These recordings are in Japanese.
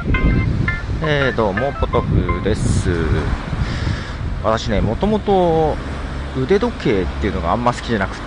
どうもポトフです。私ね、もともと腕時計っていうのがあんま好きじゃなくって、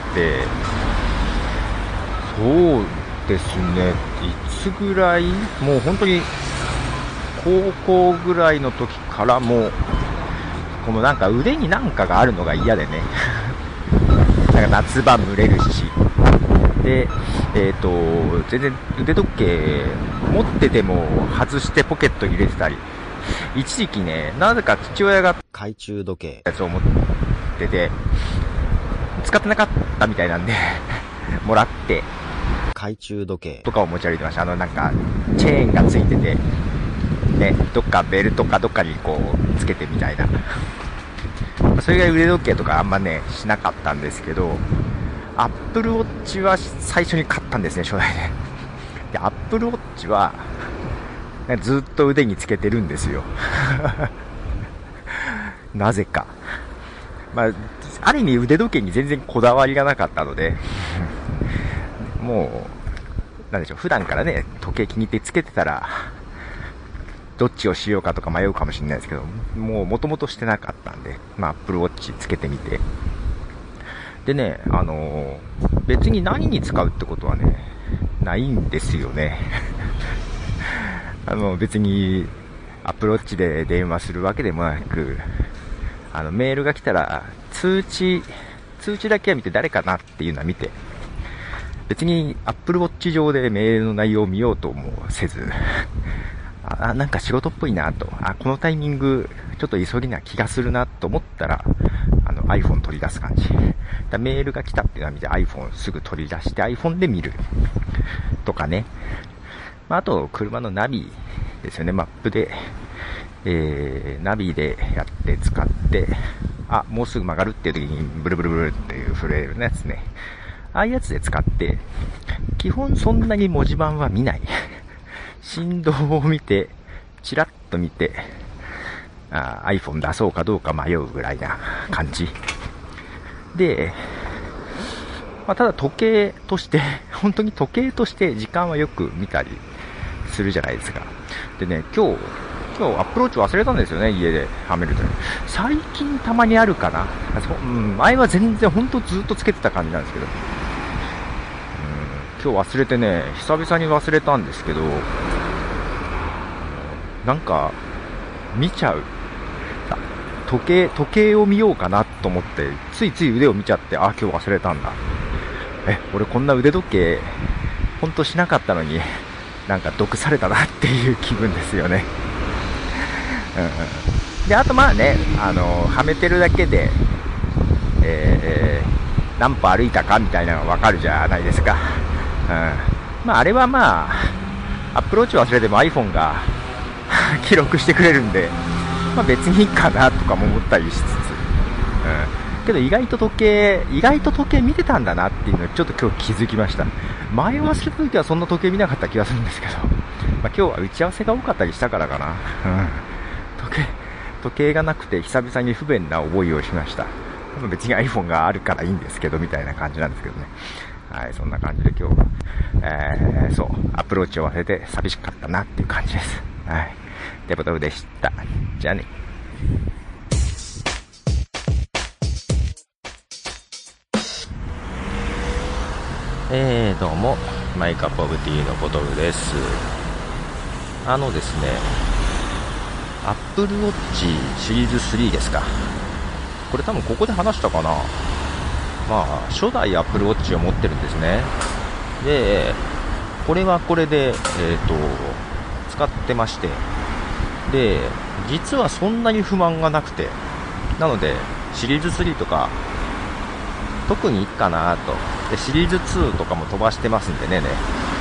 そうですね、いつぐらい、もう本当に高校ぐらいの時からもうこのなんか腕になんかがあるのが嫌でねなんか夏場蒸れるし、で、全然腕時計持ってても外してポケットに入れてたり、一時期ね、なぜか父親が懐中時計やつを持ってて、使ってなかったみたいなんでもらって、 懐中時計とかを持ち歩いてました。なんか、チェーンがついてて、ね、どっかベルトかどっかにこう、つけてみたいな。それが腕時計とかあんまね、しなかったんですけど、アップルウォッチは最初に買ったんですね、初代で。で、アップルウォッチは、ずっと腕につけてるんですよ。なぜか。まあ、ある意味腕時計に全然こだわりがなかったので、もう、なんでしょう、普段からね、時計気に入ってつけてたら、どっちをしようかとか迷うかもしれないですけど、もう元々してなかったんで、まあ、Apple Watch つけてみて。でね、別に何に使うってことはね、ないんですよね。別に、Apple Watch で電話するわけでもなく、メールが来たら、通知だけは見て誰かなっていうのは見て、別に Apple Watch 上でメールの内容を見ようともせず、なんか仕事っぽいなと、このタイミングちょっと急ぎな気がするなと思ったら、iPhone 取り出す感じ。メールが来たっていうのは見て iPhone すぐ取り出して iPhone で見るとかね。あと車のナビですよね。マップで、ナビでやって使って、もうすぐ曲がるっていう時にブルブルブルっていう震えるやつね。ああいうやつで使って、基本そんなに文字盤は見ない。振動を見て、チラッと見て、iPhone 出そうかどうか迷うぐらいな感じ。で、ただ時計として、本当に時計として時間はよく見たりするじゃないですか。でね、今日アプローチ忘れたんですよね、家ではめると。最近たまにあるかな。前は全然本当ずっとつけてた感じなんですけど、今日忘れてね、久々に忘れたんですけど、なんか見ちゃう。時計を見ようかなと思って、ついつい腕を見ちゃって、今日忘れたんだ。俺こんな腕時計本当しなかったのに、なんか毒されたなっていう気分ですよね。で、あとまあね、はめてるだけで、何歩歩いたかみたいなのがわかるじゃないですか。あれはアップローチ忘れても iPhone が記録してくれるんで、別にいいかなとかも思ったりしつつ、けど意外と時計見てたんだなっていうのをちょっと今日気づきました。前忘れた時はそんな時計見なかった気がするんですけど、今日は打ち合わせが多かったりしたからかな。時計がなくて久々に不便な覚えをしました。別に iPhone があるからいいんですけどみたいな感じなんですけどね。はい、そんな感じで今日は、そう、アプローチを忘れて寂しかったなっていう感じです。はい。ってことでした。じゃあね。どうも、マイカップオブティーのポトフです。ですね、アップルウォッチシリーズ3ですか。これ多分ここで話したかな。初代アップルウォッチを持ってるんですね。で、これはこれで、使ってまして、で、実はそんなに不満がなくて、なので、シリーズ3とか、特にいいかなと。で、シリーズ2とかも飛ばしてますんでね。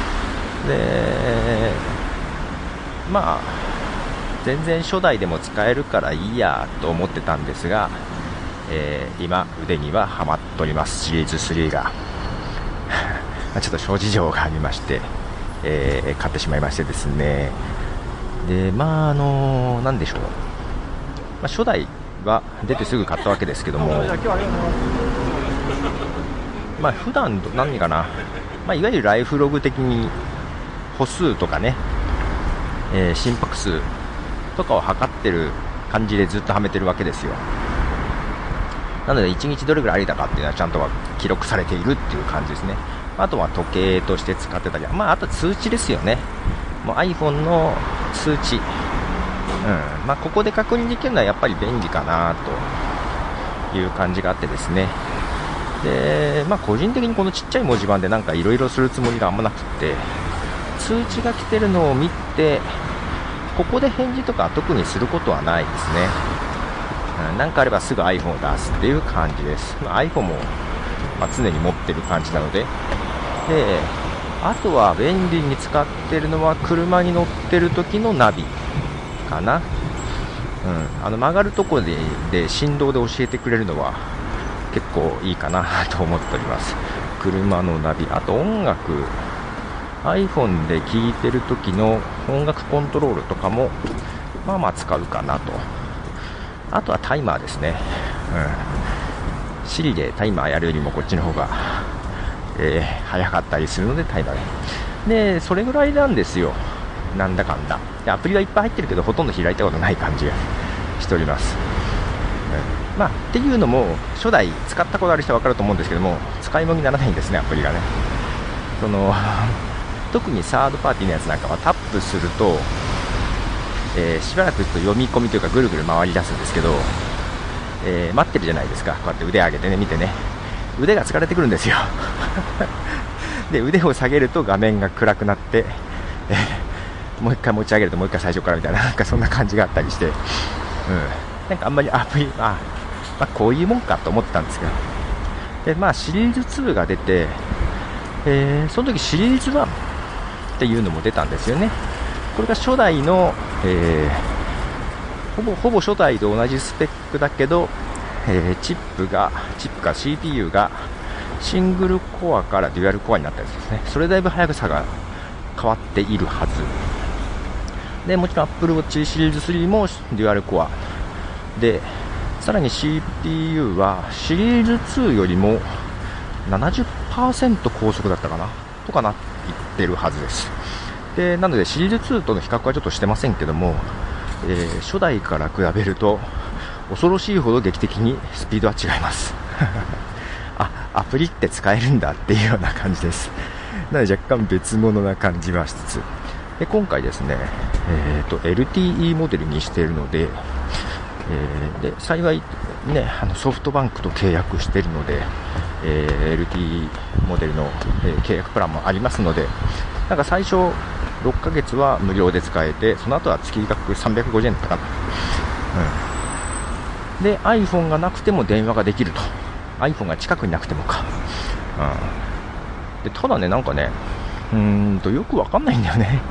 で、全然初代でも使えるからいいやと思ってたんですが、今腕にははまっております、シリーズ3が。ちょっと諸事情がありまして、買ってしまいましてですね。で、なんでしょう、初代は出てすぐ買ったわけですけども、普段何かな、いわゆるライフログ的に歩数とかね、 心拍数とかを測ってる感じでずっとはめてるわけですよ。なので1日どれぐらい歩いたかっていうのはちゃんとは記録されているっていう感じですね。あとは時計として使ってたり、あと通知ですよね。もう iPhone の通知、ここで確認できるのはやっぱり便利かなという感じがあってですね。で、個人的にこのちっちゃい文字盤でなんかいろいろするつもりがあんまなくて、通知が来てるのを見てここで返事とか特にすることはないですね。なんかあればすぐ iPhone を出すっていう感じです。iPhone も、常に持ってる感じなので、あとは便利に使ってるのは車に乗ってる時のナビかな。曲がるところで振動で教えてくれるのは結構いいかなと思っております。車のナビ、あと音楽、 iPhone で聴いてる時の音楽コントロールとかも使うかなと。あとはタイマーですね。Siri でタイマーやるよりもこっちの方が、早かったりするのでタイマーで、それぐらいなんですよ、なんだかんだ。アプリはいっぱい入ってるけどほとんど開いたことない感じがしております。っていうのも初代使ったことある人は分かると思うんですけども、使い物にならないんですね、アプリがね。特にサードパーティーのやつなんかはタップすると、しばらく読み込みというかぐるぐる回り出すんですけど、待ってるじゃないですか。こうやって腕上げてね、見てね、腕が疲れてくるんですよで、腕を下げると画面が暗くなって、もう一回持ち上げるともう一回最初からみたいな、なんかそんな感じがあったりして、なんかあんまりアプリ、こういうもんかと思ってたんですけど、で、シリーズ2が出て、その時シリーズ1っていうのも出たんですよね。これが初代の、ほぼ初代と同じスペックだけど、チップか CPU がシングルコアからデュアルコアになったやつですね。それだいぶ速さが変わっているはずで、もちろん Apple Watch シリーズ3もデュアルコアで、さらに CPU はシリーズ2よりも 70% 高速だったかなとかなっているはずです。で、なのでシリーズ2との比較はちょっとしてませんけども、初代から比べると恐ろしいほど劇的にスピードは違いますアプリって使えるんだっていうような感じです。なので若干別物な感じはしつつ、で今回ですね、LTE モデルにしているので、で幸いね、ソフトバンクと契約しているので、LTE モデルの、契約プランもありますので、なんか最初6ヶ月は無料で使えて、その後は月額350円だったかな、で iPhone がなくても電話ができると。 iPhone が近くになくてもか、でただね、なんかね、よくわかんないんだよね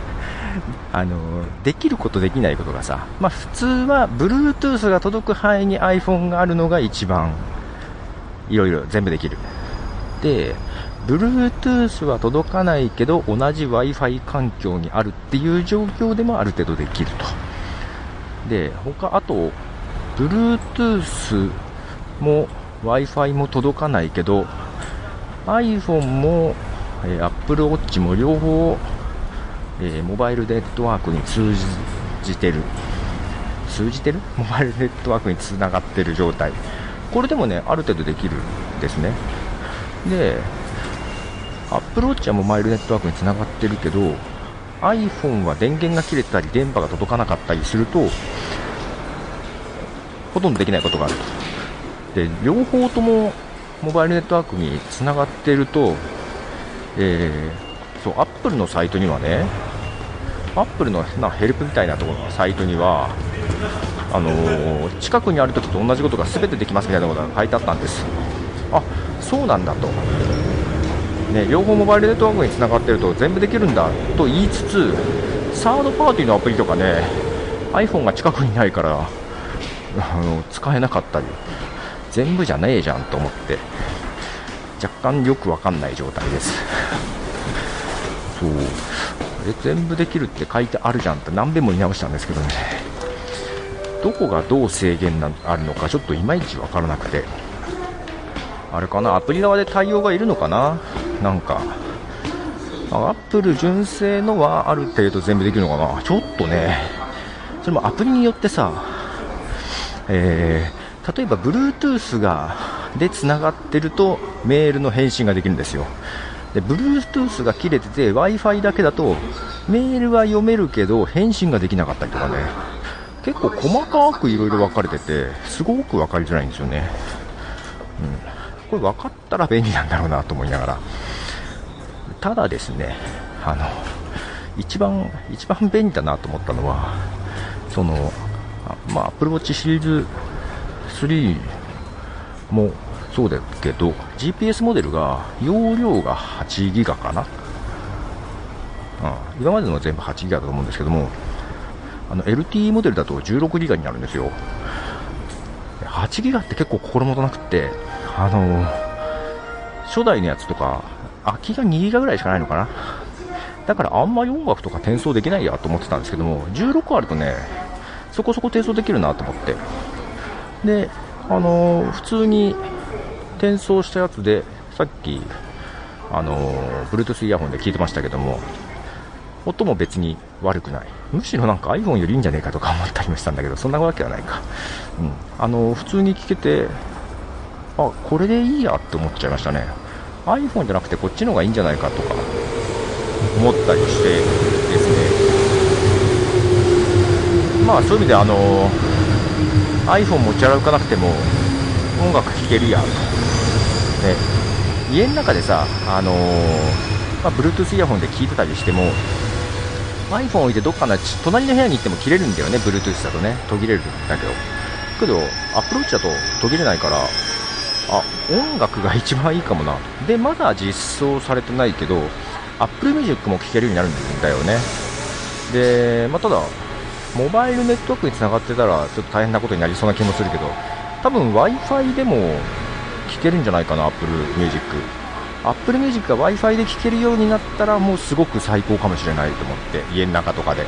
できることできないことがさ、普通は Bluetooth が届く範囲に iPhone があるのが一番いろいろ全部できる。で Bluetooth は届かないけど同じ Wi-Fi 環境にあるっていう状況でもある程度できると。であと Bluetooth も Wi-Fi も届かないけど iPhone も、Apple Watch も両方、モバイルネットワークに通じてるモバイルネットワークにつながってる状態。これでもね、ある程度できるんですね。で Apple Watch はモバイルネットワークにつながってるけど iPhone は電源が切れたり電波が届かなかったりするとほとんどできないことがあると。で両方ともモバイルネットワークにつながっていると、Apple のサイトにはね、Apple のヘルプみたいなところのサイトには近くにあるときと同じことが全てできますみたいなことが書いてあったんです。そうなんだと、両方モバイルネットワークにつながっていると全部できるんだと言いつつ、サードパーティーのアプリとかね iPhone が近くにないから使えなかったり、全部じゃねえじゃんと思って若干よくわかんない状態ですそう、全部できるって書いてあるじゃんって何遍も見直したんですけどね、どこがどう制限があるのかちょっといまいちわからなくて、あれかな、アプリ側で対応がいるのかな。なんかアップル純正のはある程度全部できるのかな。ちょっとね、それもアプリによってさ、例えば Bluetooth でつながってるとメールの返信ができるんですよ。で Bluetooth が切れてて Wi-Fi だけだとメールは読めるけど返信ができなかったりとかね、結構細かくいろいろ分かれててすごく分かりづらいんですよね。これ分かったら便利なんだろうなと思いながら、ただですね、一番便利だなと思ったのはそのApple Watch シリーズ3もそうだけど GPS モデルが容量が8ギガかな、今までの全部8ギガだと思うんですけども、LTE モデルだと16ギガになるんですよ。8ギガって結構心もとなくって、初代のやつとか空きが2ギガぐらいしかないのかな。だからあんまり音楽とか転送できないやと思ってたんですけども、16あるとねそこそこ転送できるなと思って、で普通に転送したやつでさっきBluetooth イヤホンで聞いてましたけども、音も別に悪くない、むしろなんか iPhone よりいいんじゃねえかとか思ったりもしたんだけど、そんなわけはないか、普通に聞けて、これでいいやって思っちゃいましたね。 iPhone じゃなくてこっちの方がいいんじゃないかとか思ったりしてですね、そういう意味でiPhone 持ち歩かなくても音楽聴けるやと、家の中でさ、Bluetooth イヤホンで聴いてたりしても iPhone 置いてどっかの隣の部屋に行っても切れるんだよね。 Bluetooth だとね途切れるんだけど Apple Watch だと途切れないから、音楽が一番いいかもな。でまだ実装されてないけど Apple Music も聴けるようになるんだよね。で、ただモバイルネットワークにつながってたらちょっと大変なことになりそうな気もするけど、多分 Wi-Fi でも聴けるんじゃないかな。 Apple Music が Wi-Fi で聴けるようになったらもうすごく最高かもしれないと思って、家の中とかで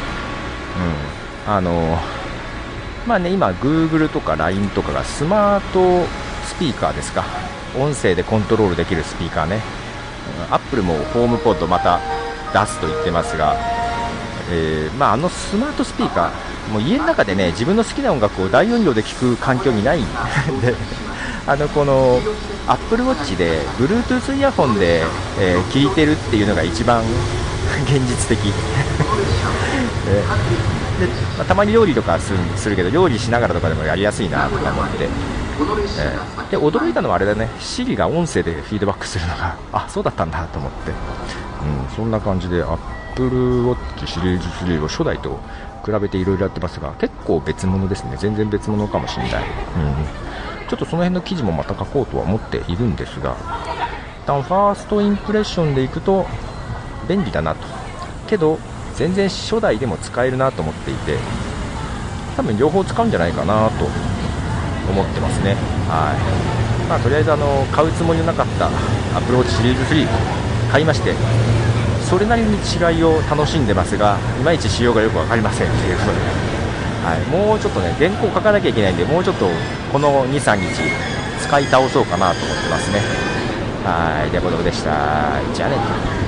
今 Google とか LINE とかがスマートスピーカーですか、音声でコントロールできるスピーカーね。Apple もホームポッドまた出すと言ってますが、スマートスピーカーもう家の中でね自分の好きな音楽を大音量で聴く環境にないんでこの Apple Watch で Bluetooth イヤホンで聴いてるっていうのが一番現実的で、たまに料理とかするけど料理しながらとかでもやりやすいなとか思って、で驚いたのはあれだね、Siri が音声でフィードバックするのがそうだったんだと思って、そんな感じでApple Watch シリーズ3を初代と比べていろいろやってますが、結構別物ですね。全然別物かもしれない、ちょっとその辺の記事もまた書こうとは思っているんですが、一旦ファーストインプレッションでいくと便利だなと、けど全然初代でも使えるなと思っていて、多分両方使うんじゃないかなと思ってますね。とりあえず買うつもりのなかった Apple Watch シリーズ3買いまして、それなりに違いを楽しんでますが、いまいち仕様がよく分かりませんということで、もうちょっとね原稿書かなきゃいけないんで、もうちょっとこの 2,3 日使い倒そうかなと思ってますね。では、ボドボでした。じゃあね。